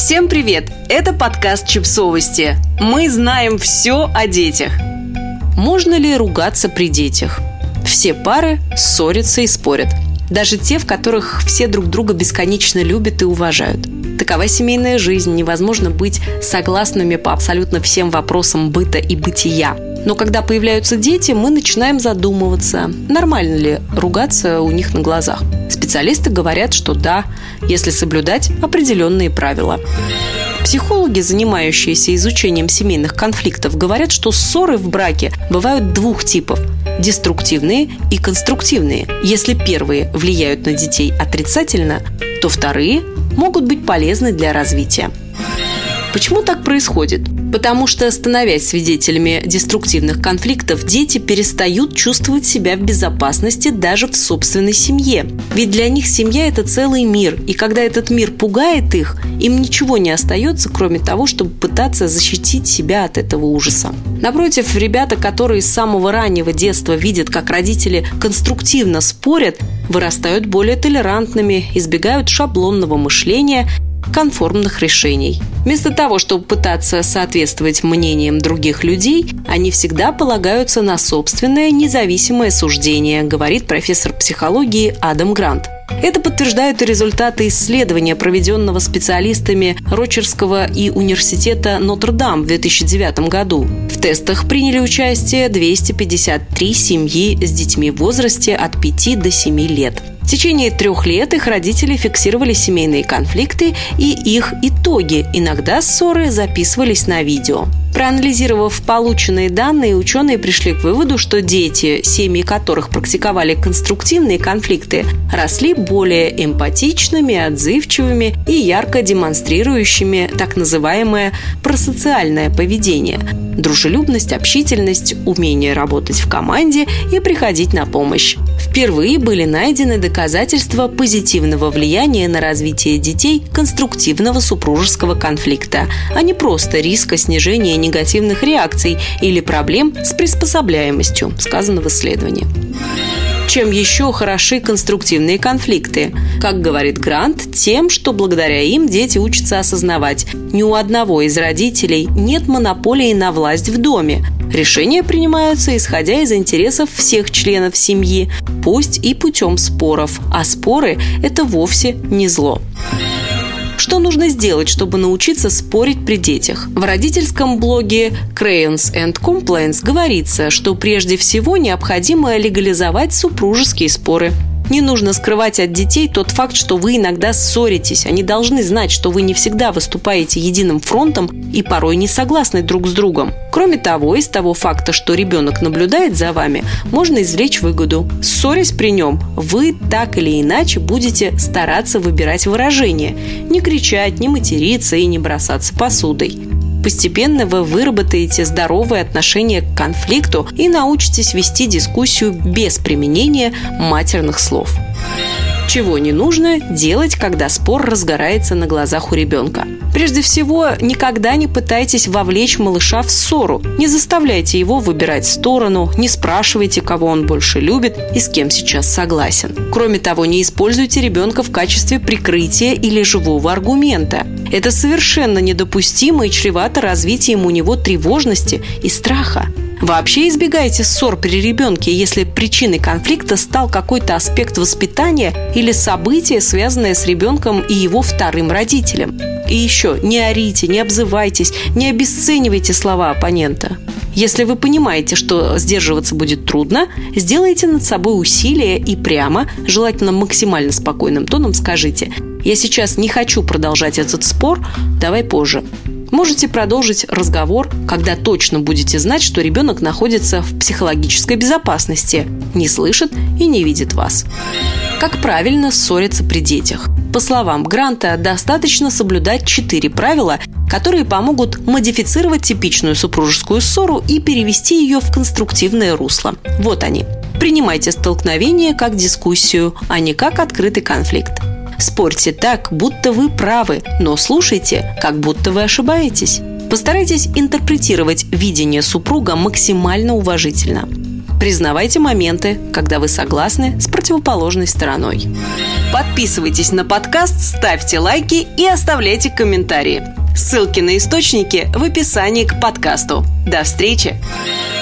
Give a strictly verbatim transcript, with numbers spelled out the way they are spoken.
Всем привет! Это подкаст «Чипсовости». Мы знаем все о детях. Можно ли ругаться при детях? Все пары ссорятся и спорят. Даже те, в которых все друг друга бесконечно любят и уважают. Такова семейная жизнь, невозможно быть согласными по абсолютно всем вопросам быта и бытия. Но когда появляются дети, мы начинаем задумываться, нормально ли ругаться у них на глазах. Специалисты говорят, что да, если соблюдать определенные правила. Психологи, занимающиеся изучением семейных конфликтов, говорят, что ссоры в браке бывают двух типов – деструктивные и конструктивные. Если первые влияют на детей отрицательно, то вторые могут быть полезны для развития. Почему так происходит? Потому что, становясь свидетелями деструктивных конфликтов, дети перестают чувствовать себя в безопасности даже в собственной семье. Ведь для них семья – это целый мир, и когда этот мир пугает их, им ничего не остается, кроме того, чтобы пытаться защитить себя от этого ужаса. Напротив, ребята, которые с самого раннего детства видят, как родители конструктивно спорят, вырастают более толерантными, избегают шаблонного мышления, конформных решений. Вместо того, чтобы пытаться соответствовать мнениям других людей, они всегда полагаются на собственное независимое суждение, говорит профессор психологии Адам Грант. Это подтверждают и результаты исследования, проведенного специалистами Рочерского и университета Нотр-Дам в две тысячи девятом году. В тестах приняли участие двести пятьдесят три семьи с детьми в возрасте от пяти до семи лет. В течение трех лет их родители фиксировали семейные конфликты и их итоги. Иногда ссоры записывались на видео. Проанализировав полученные данные, ученые пришли к выводу, что дети, семьи которых практиковали конструктивные конфликты, росли более эмпатичными, отзывчивыми и ярко демонстрирующими так называемое просоциальное поведение – дружелюбность, общительность, умение работать в команде и приходить на помощь. Впервые были найдены доказательства позитивного влияния на развитие детей конструктивного супружеского конфликта, а не просто риска снижения негативных реакций или проблем с приспособляемостью, сказано в исследовании. Чем еще хороши конструктивные конфликты? Как говорит Грант, тем, что благодаря им дети учатся осознавать, ни у одного из родителей нет монополии на власть в доме. Решения принимаются, исходя из интересов всех членов семьи, пусть и путем споров, а споры – это вовсе не зло. Что нужно сделать, чтобы научиться спорить при детях? В родительском блоге Crayons and Complaints говорится, что прежде всего необходимо легализовать супружеские споры. Не нужно скрывать от детей тот факт, что вы иногда ссоритесь. Они должны знать, что вы не всегда выступаете единым фронтом и порой не согласны друг с другом. Кроме того, из того факта, что ребенок наблюдает за вами, можно извлечь выгоду. Ссорясь при нем, вы так или иначе будете стараться выбирать выражения. Не кричать, не материться и не бросаться посудой. Постепенно вы выработаете здоровое отношение к конфликту и научитесь вести дискуссию без применения матерных слов. Чего не нужно делать, когда спор разгорается на глазах у ребенка? Прежде всего, никогда не пытайтесь вовлечь малыша в ссору. Не заставляйте его выбирать сторону, не спрашивайте, кого он больше любит и с кем сейчас согласен. Кроме того, не используйте ребенка в качестве прикрытия или живого аргумента. Это совершенно недопустимо и чревато развитием у него тревожности и страха. Вообще избегайте ссор при ребенке, если причиной конфликта стал какой-то аспект воспитания или событие, связанное с ребенком и его вторым родителем. И еще, не орите, не обзывайтесь, не обесценивайте слова оппонента. Если вы понимаете, что сдерживаться будет трудно, сделайте над собой усилие и прямо, желательно максимально спокойным тоном скажите: «Я сейчас не хочу продолжать этот спор, давай позже». Можете продолжить разговор, когда точно будете знать, что ребенок находится в психологической безопасности, не слышит и не видит вас. Как правильно ссориться при детях? По словам Гранта, достаточно соблюдать четыре правила, которые помогут модифицировать типичную супружескую ссору и перевести ее в конструктивное русло. Вот они. Принимайте столкновение как дискуссию, а не как открытый конфликт. Спорьте так, будто вы правы, но слушайте, как будто вы ошибаетесь. Постарайтесь интерпретировать видение супруга максимально уважительно. Признавайте моменты, когда вы согласны с противоположной стороной. Подписывайтесь на подкаст, ставьте лайки и оставляйте комментарии. Ссылки на источники в описании к подкасту. До встречи!